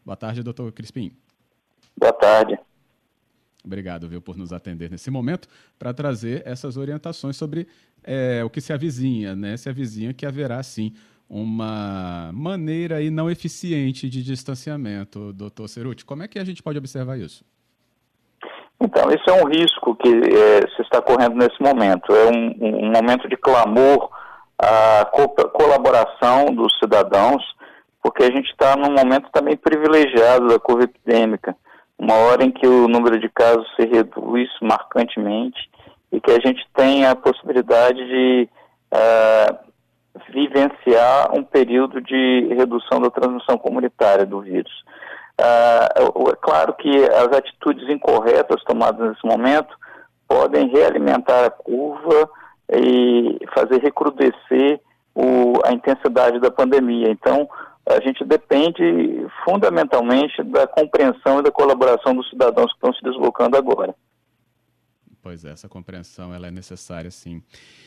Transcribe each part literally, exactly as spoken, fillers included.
Boa tarde, doutor Crispim. Boa tarde. Obrigado, viu, por nos atender nesse momento para trazer essas orientações sobre é, o que se avizinha, né? Se avizinha que haverá, sim, uma maneira aí não eficiente de distanciamento, doutor Cerutti. Como é que a gente pode observar isso? Então, esse é um risco que é, se está correndo nesse momento. É um, um momento de clamor à co colaboração dos cidadãos, porque a gente está num momento também privilegiado da curva epidêmica, uma hora em que o número de casos se reduz marcantemente e que a gente tem a possibilidade de uh, vivenciar um período de redução da transmissão comunitária do vírus. Uh, é claro que as atitudes incorretas tomadas nesse momento podem realimentar a curva e fazer recrudescer o, a intensidade da pandemia. Então, a gente depende fundamentalmente da compreensão e da colaboração dos cidadãos que estão se deslocando agora. Pois é, essa compreensão ela é necessária, sim.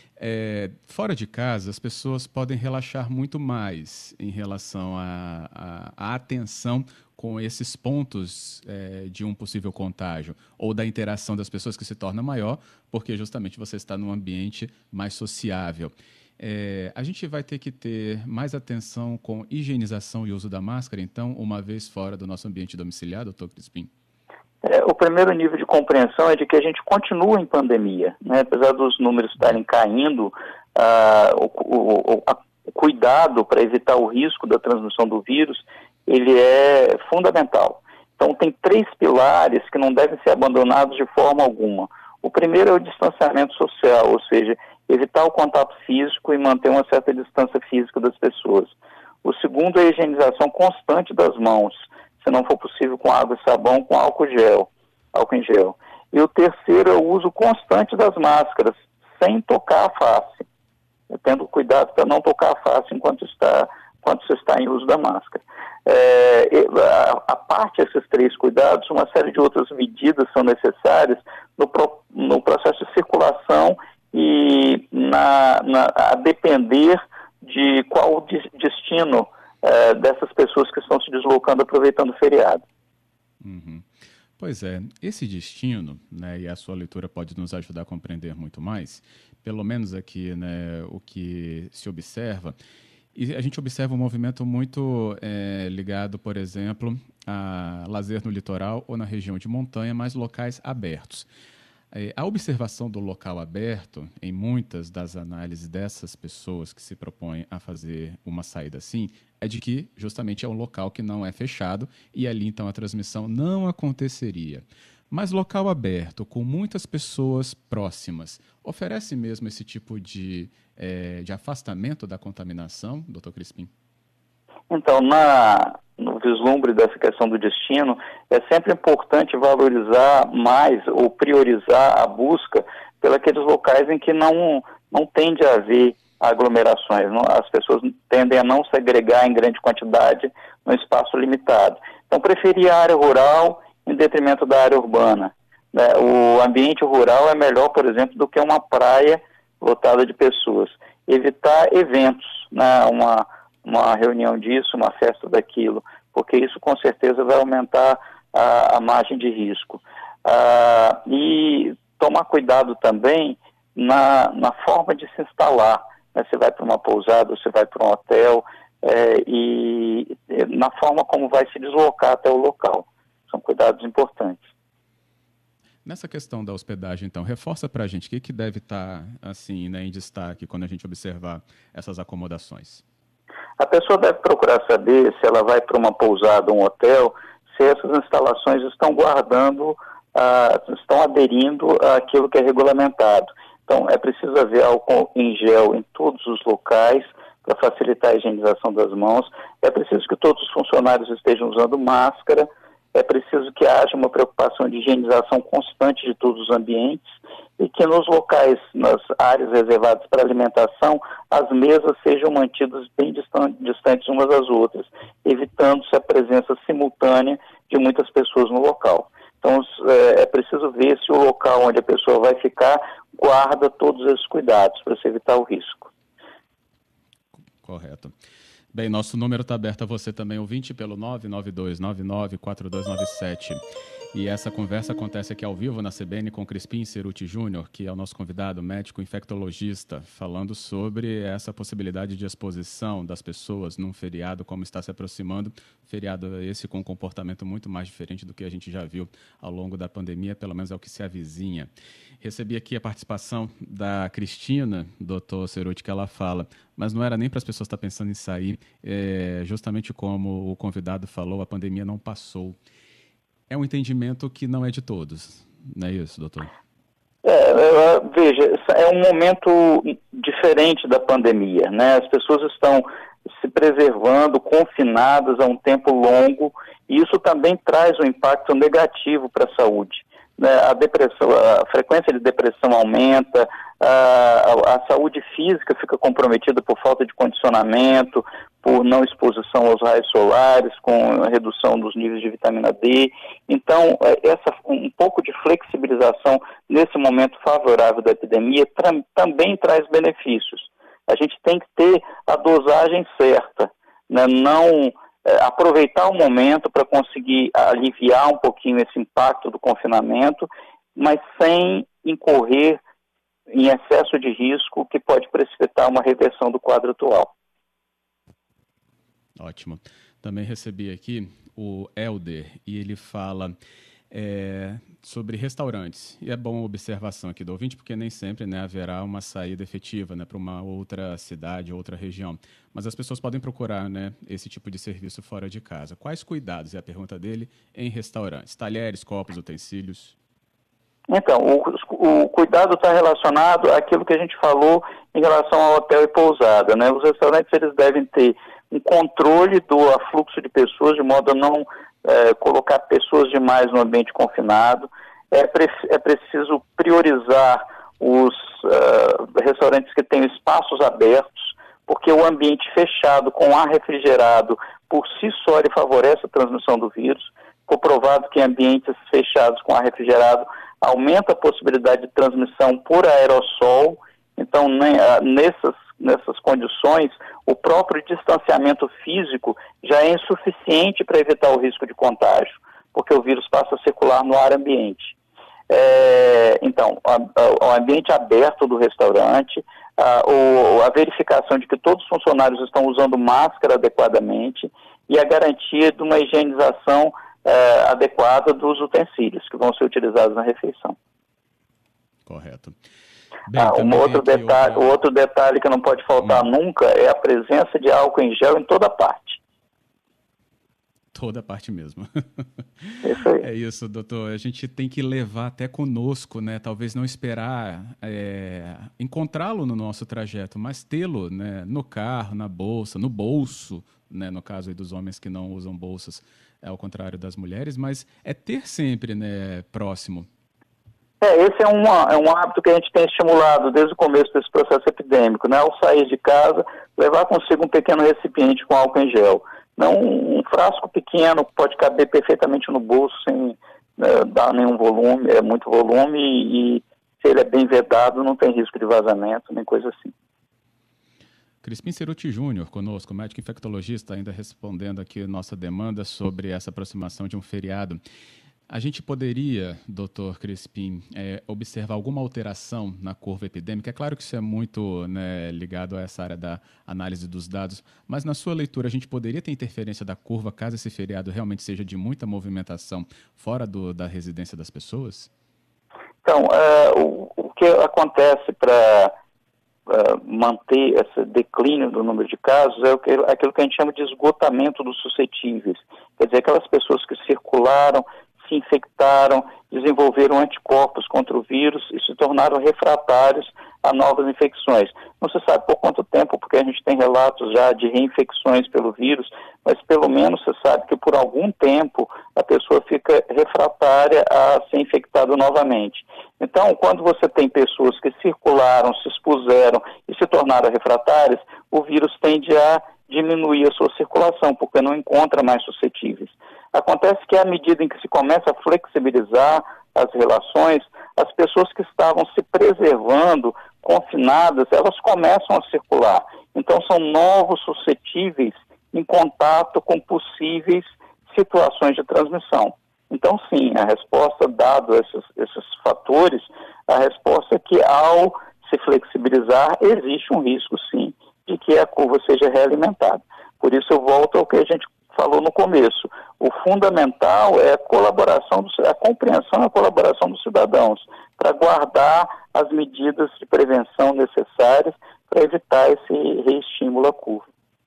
É, fora de casa, as pessoas podem relaxar muito mais em relação à atenção com esses pontos é, de um possível contágio ou da interação das pessoas que se torna maior, porque justamente você está num ambiente mais sociável. É, a gente vai ter que ter mais atenção com higienização e uso da máscara, então, uma vez fora do nosso ambiente domiciliar, doutor Crispim? É, o primeiro nível de compreensão é de que a gente continua em pandemia, né? Apesar dos números estarem caindo, ah, o, o, a, o cuidado para evitar o risco da transmissão do vírus, ele é fundamental. Então, tem três pilares que não devem ser abandonados de forma alguma. O primeiro é o distanciamento social, ou seja, evitar o contato físico e manter uma certa distância física das pessoas. O segundo é a higienização constante das mãos, se não for possível com água e sabão, com álcool gel, álcool em gel. E o terceiro é o uso constante das máscaras, sem tocar a face, tendo cuidado para não tocar a face enquanto está, enquanto você está em uso da máscara. É, a, a parte desses três cuidados, uma série de outras medidas são necessárias no, pro, no processo de circulação e na, na, a depender de qual o destino é, dessas pessoas que estão se deslocando aproveitando o feriado. Uhum. Pois é, esse destino, né, e a sua leitura pode nos ajudar a compreender muito mais, pelo menos aqui, né, o que se observa, e a gente observa um movimento muito é, ligado, por exemplo, a lazer no litoral ou na região de montanha, mas locais abertos. A observação do local aberto, em muitas das análises dessas pessoas que se propõem a fazer uma saída assim, é de que justamente é um local que não é fechado e ali então a transmissão não aconteceria. Mas local aberto, com muitas pessoas próximas, oferece mesmo esse tipo de, é, de afastamento da contaminação, doutor Crispim? Então, na, no vislumbre dessa questão do destino, é sempre importante valorizar mais ou priorizar a busca pelos locais em que não, não tende a haver aglomerações. Não, as pessoas tendem a não se agregar em grande quantidade num espaço limitado. Então, preferir a área rural em detrimento da área urbana. Né? O ambiente rural é melhor, por exemplo, do que uma praia lotada de pessoas. Evitar eventos, né? uma... uma reunião disso, uma festa daquilo, porque isso com certeza vai aumentar a, a margem de risco. Ah, e tomar cuidado também na, na forma de se instalar, né? Você vai para uma pousada, você vai para um hotel, é, e na forma como vai se deslocar até o local. São cuidados importantes. Nessa questão da hospedagem, então, reforça para a gente o que, que deve estar assim, né, em destaque quando a gente observar essas acomodações. A pessoa deve procurar saber se ela vai para uma pousada, um hotel, se essas instalações estão guardando, uh, estão aderindo àquilo que é regulamentado. Então, é preciso haver álcool em gel em todos os locais para facilitar a higienização das mãos. É preciso que todos os funcionários estejam usando máscara. É preciso que haja uma preocupação de higienização constante de todos os ambientes e que nos locais, nas áreas reservadas para alimentação, as mesas sejam mantidas bem distantes umas das outras, evitando-se a presença simultânea de muitas pessoas no local. Então, é preciso ver se o local onde a pessoa vai ficar guarda todos esses cuidados para se evitar o risco. Correto. Bem, nosso número está aberto a você também, ouvinte, pelo nove nove dois nove nove quatro dois nove sete. E essa conversa acontece aqui ao vivo na C B N com Crispim Cerutti Júnior, que é o nosso convidado, médico infectologista, falando sobre essa possibilidade de exposição das pessoas num feriado, como está se aproximando. Feriado esse com um comportamento muito mais diferente do que a gente já viu ao longo da pandemia, pelo menos é o que se avizinha. Recebi aqui a participação da Cristina, doutor Cerutti, que ela fala, mas não era nem para as pessoas estar pensando em sair, é, justamente como o convidado falou, a pandemia não passou. É um entendimento que não é de todos, não é isso, doutor? É, veja, é um momento diferente da pandemia, né? As pessoas estão se preservando, confinadas há um tempo longo, e isso também traz um impacto negativo para a saúde. A depressão, a frequência de depressão aumenta, a, a saúde física fica comprometida por falta de condicionamento, por não exposição aos raios solares, com a redução dos níveis de vitamina D. Então, essa, um pouco de flexibilização nesse momento favorável da epidemia tra- também traz benefícios. A gente tem que ter a dosagem certa, né? Não é, aproveitar o momento para conseguir aliviar um pouquinho esse impacto do confinamento, mas sem incorrer em excesso de risco que pode precipitar uma reversão do quadro atual. Ótimo. Também recebi aqui o Helder e ele fala é, sobre restaurantes. E é bom observação aqui do ouvinte, porque nem sempre, né, haverá uma saída efetiva, né, para uma outra cidade, outra região. Mas as pessoas podem procurar, né, esse tipo de serviço fora de casa. Quais cuidados, é a pergunta dele, em restaurantes? Talheres, copos, utensílios? Então, o, o cuidado está relacionado àquilo que a gente falou em relação ao hotel e pousada, né? Os restaurantes, eles devem ter um controle do afluxo de pessoas, de modo a não é, colocar pessoas demais no ambiente confinado. É, pre- é preciso priorizar os uh, restaurantes que têm espaços abertos, porque o ambiente fechado com ar refrigerado, por si só, ele favorece a transmissão do vírus. Ficou provado que em ambientes fechados com ar refrigerado aumenta a possibilidade de transmissão por aerossol. Então, nessas, nessas condições, o próprio distanciamento físico já é insuficiente para evitar o risco de contágio, porque o vírus passa a circular no ar ambiente. É, então, o ambiente aberto do restaurante, a, o, a verificação de que todos os funcionários estão usando máscara adequadamente e a garantia de uma higienização É, adequada dos utensílios que vão ser utilizados na refeição. Correto. Bem, ah, um outro detalhe, outra... outro detalhe que não pode faltar hum. nunca é a presença de álcool em gel em toda parte. Toda parte mesmo. Isso aí. É isso, doutor. A gente tem que levar até conosco, né? Talvez não esperar é, encontrá-lo no nosso trajeto, mas tê-lo, né, no carro, na bolsa, no bolso, né, no caso aí dos homens que não usam bolsas, é ao contrário das mulheres, mas é ter sempre, né, próximo. É, esse é, uma, é um hábito que a gente tem estimulado desde o começo desse processo epidêmico, né? Ao sair de casa, levar consigo um pequeno recipiente com álcool em gel. Não um frasco pequeno que pode caber perfeitamente no bolso sem né, dar nenhum volume, é muito volume e, e se ele é bem vedado não tem risco de vazamento, nem coisa assim. Crispim Cerutti Júnior conosco, médico infectologista, ainda respondendo aqui nossa demanda sobre essa aproximação de um feriado. A gente poderia, doutor Crispim, é, observar alguma alteração na curva epidêmica? É claro que isso é muito né, ligado a essa área da análise dos dados, mas na sua leitura a gente poderia ter interferência da curva caso esse feriado realmente seja de muita movimentação fora do, da residência das pessoas? Então, uh, o, o que acontece para uh, manter esse declínio do número de casos é o que, aquilo que a gente chama de esgotamento dos suscetíveis. Quer dizer, aquelas pessoas que circularam, se infectaram, desenvolveram anticorpos contra o vírus e se tornaram refratários a novas infecções. Não se sabe por quanto tempo, porque a gente tem relatos já de reinfecções pelo vírus, mas pelo menos se sabe que por algum tempo a pessoa fica refratária a ser infectada novamente. Então, quando você tem pessoas que circularam, se expuseram e se tornaram refratárias, o vírus tende a diminuir a sua circulação, porque não encontra mais suscetíveis. Acontece que à medida em que se começa a flexibilizar as relações, as pessoas que estavam se preservando, confinadas, elas começam a circular. Então, são novos suscetíveis em contato com possíveis situações de transmissão. Então, sim, a resposta, dado esses, esses fatores, a resposta é que, ao se flexibilizar, existe um risco, sim, de que a curva seja realimentada. Por isso, eu volto ao que a gente falou no começo. O fundamental é a colaboração, do, a compreensão e a colaboração dos cidadãos para guardar as medidas de prevenção necessárias para evitar esse reestímulo à curva.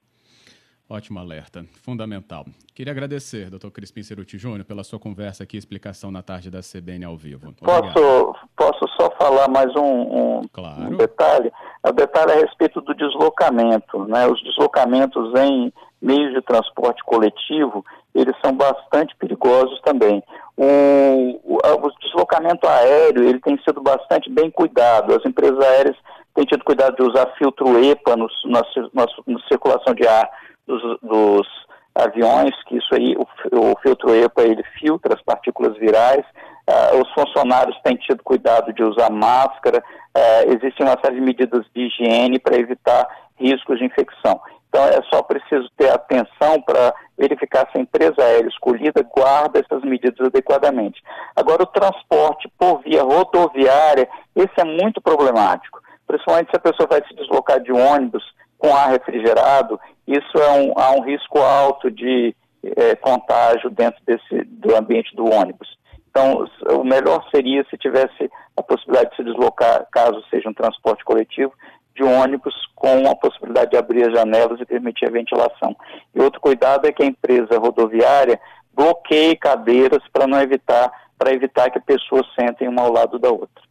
Ótimo alerta, fundamental. Queria agradecer, doutor Crispim Cerutti Júnior, pela sua conversa aqui e explicação na tarde da C B N ao vivo. Posso, posso só falar mais um, um, claro. um detalhe? O detalhe é a respeito do deslocamento, né? Os deslocamentos em meios de transporte coletivo, eles são bastante perigosos também. O, o, o deslocamento aéreo, ele tem sido bastante bem cuidado. As empresas aéreas têm tido cuidado de usar filtro EPA no, na, na, na circulação de ar Dos, dos aviões, que isso aí, o, o filtro EPA, ele filtra as partículas virais. Uh, os funcionários têm tido cuidado de usar máscara. Uh, existem uma série de medidas de higiene para evitar riscos de infecção. Então, é só preciso ter atenção para verificar se a empresa aérea escolhida guarda essas medidas adequadamente. Agora, o transporte por via rodoviária, esse é muito problemático, principalmente se a pessoa vai se deslocar de ônibus com ar refrigerado. Isso é um, há um risco alto de é, contágio dentro desse, do ambiente do ônibus. Então, o melhor seria se tivesse a possibilidade de se deslocar, caso seja um transporte coletivo, de ônibus com a possibilidade de abrir as janelas e permitir a ventilação. E outro cuidado é que a empresa rodoviária bloqueie cadeiras para não evitar, para evitar que pessoas sentem uma ao lado da outra.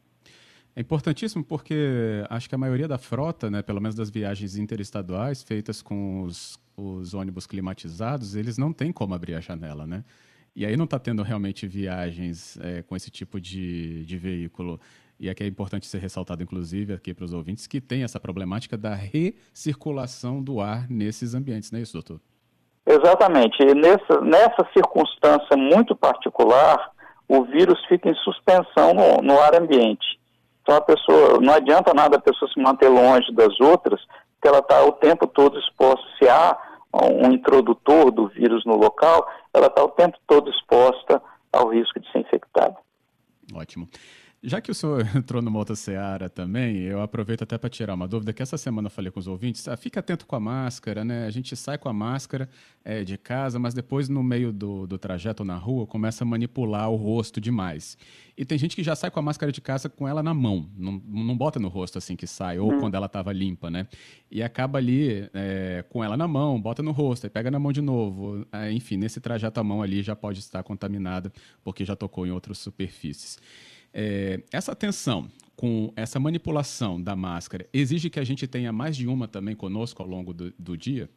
É importantíssimo porque acho que a maioria da frota, né, pelo menos das viagens interestaduais feitas com os, os ônibus climatizados, eles não têm como abrir a janela, né? E aí não está tendo realmente viagens é, com esse tipo de, de veículo. E aqui é importante ser ressaltado, inclusive, aqui para os ouvintes, que tem essa problemática da recirculação do ar nesses ambientes, não é isso, doutor? Exatamente. E nessa, nessa circunstância muito particular, o vírus fica em suspensão no, no ar ambiente. Então, a pessoa, não adianta nada a pessoa se manter longe das outras, porque ela está o tempo todo exposta. Se há um introdutor do vírus no local, ela está o tempo todo exposta ao risco de ser infectada. Ótimo. Já que o senhor entrou numa outra seara também, eu aproveito até para tirar uma dúvida, que essa semana eu falei com os ouvintes, ah, fica atento com a máscara, né? A gente sai com a máscara é, de casa, mas depois no meio do, do trajeto na rua começa a manipular o rosto demais. E tem gente que já sai com a máscara de casa com ela na mão, não, não bota no rosto assim que sai, ou hum. quando ela estava limpa, né? E acaba ali é, com ela na mão, bota no rosto, aí pega na mão de novo. É, enfim, nesse trajeto a mão ali já pode estar contaminada, porque já tocou em outras superfícies. É, essa atenção com essa manipulação da máscara exige que a gente tenha mais de uma também conosco ao longo do, do dia?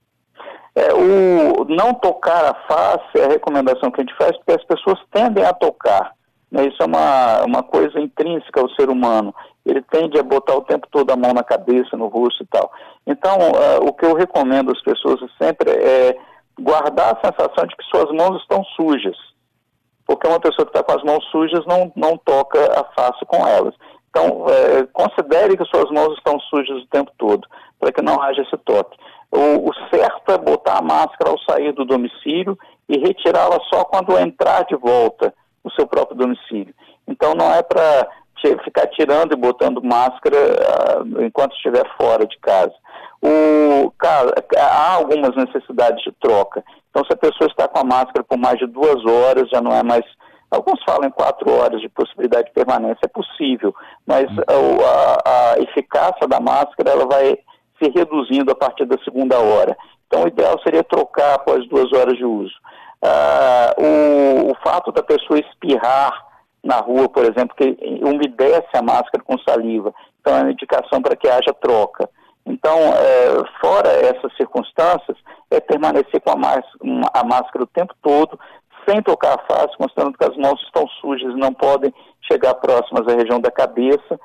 É, o não tocar a face é a recomendação que a gente faz, porque as pessoas tendem a tocar, né? Isso é uma, uma coisa intrínseca ao ser humano. Ele tende a botar o tempo todo a mão na cabeça, no rosto e tal. Então, uh, o que eu recomendo às pessoas sempre é guardar a sensação de que suas mãos estão sujas. Porque uma pessoa que está com as mãos sujas não, não toca a face com elas. Então, é, considere que suas mãos estão sujas o tempo todo, para que não haja esse toque. O, o certo é botar a máscara ao sair do domicílio e retirá-la só quando entrar de volta no seu próprio domicílio. Então, não é para ficar tirando e botando máscara uh, enquanto estiver fora de casa. O, há algumas necessidades de troca. Então, se a pessoa está com a máscara por mais de duas horas, já não é mais... Alguns falam em quatro horas de possibilidade de permanência, é possível, mas a, a, a eficácia da máscara ela vai se reduzindo a partir da segunda hora. Então, o ideal seria trocar após duas horas de uso. Ah, o, o fato da pessoa espirrar na rua, por exemplo, que umedece a máscara com saliva, então é uma indicação para que haja troca. Então, é, fora essas circunstâncias, é permanecer com a, más- a máscara o tempo todo, sem tocar a face, considerando que as mãos estão sujas e não podem chegar próximas à região da cabeça,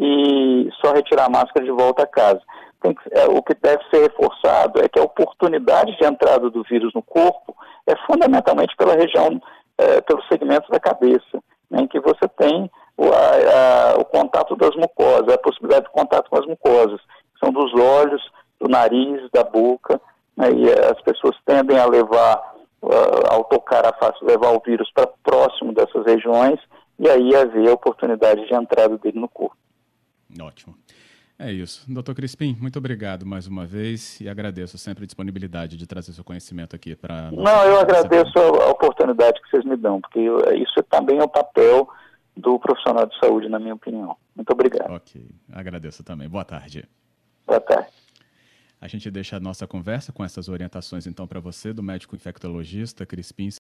e só retirar a máscara de volta a casa. Tem que, é, o que deve ser reforçado é que a oportunidade de entrada do vírus no corpo é fundamentalmente pela região, é, pelos segmentos da cabeça, né, em que você tem o, a, a, o contato das mucosas, a possibilidade de contato com as mucosas. são dos olhos, do nariz, da boca, né, e as pessoas tendem a levar, uh, ao tocar a face, levar o vírus para próximo dessas regiões, e aí haver a oportunidade de entrada dele no corpo. Ótimo. É isso. doutor Crispim, muito obrigado mais uma vez e agradeço sempre a disponibilidade de trazer seu conhecimento aqui para... Não, eu agradeço a, a oportunidade que vocês me dão, porque eu, isso também é o papel do profissional de saúde, na minha opinião. Muito obrigado. Ok, agradeço também. Boa tarde. Boa tarde. A gente deixa a nossa conversa com essas orientações, então, para você, do médico infectologista Crispim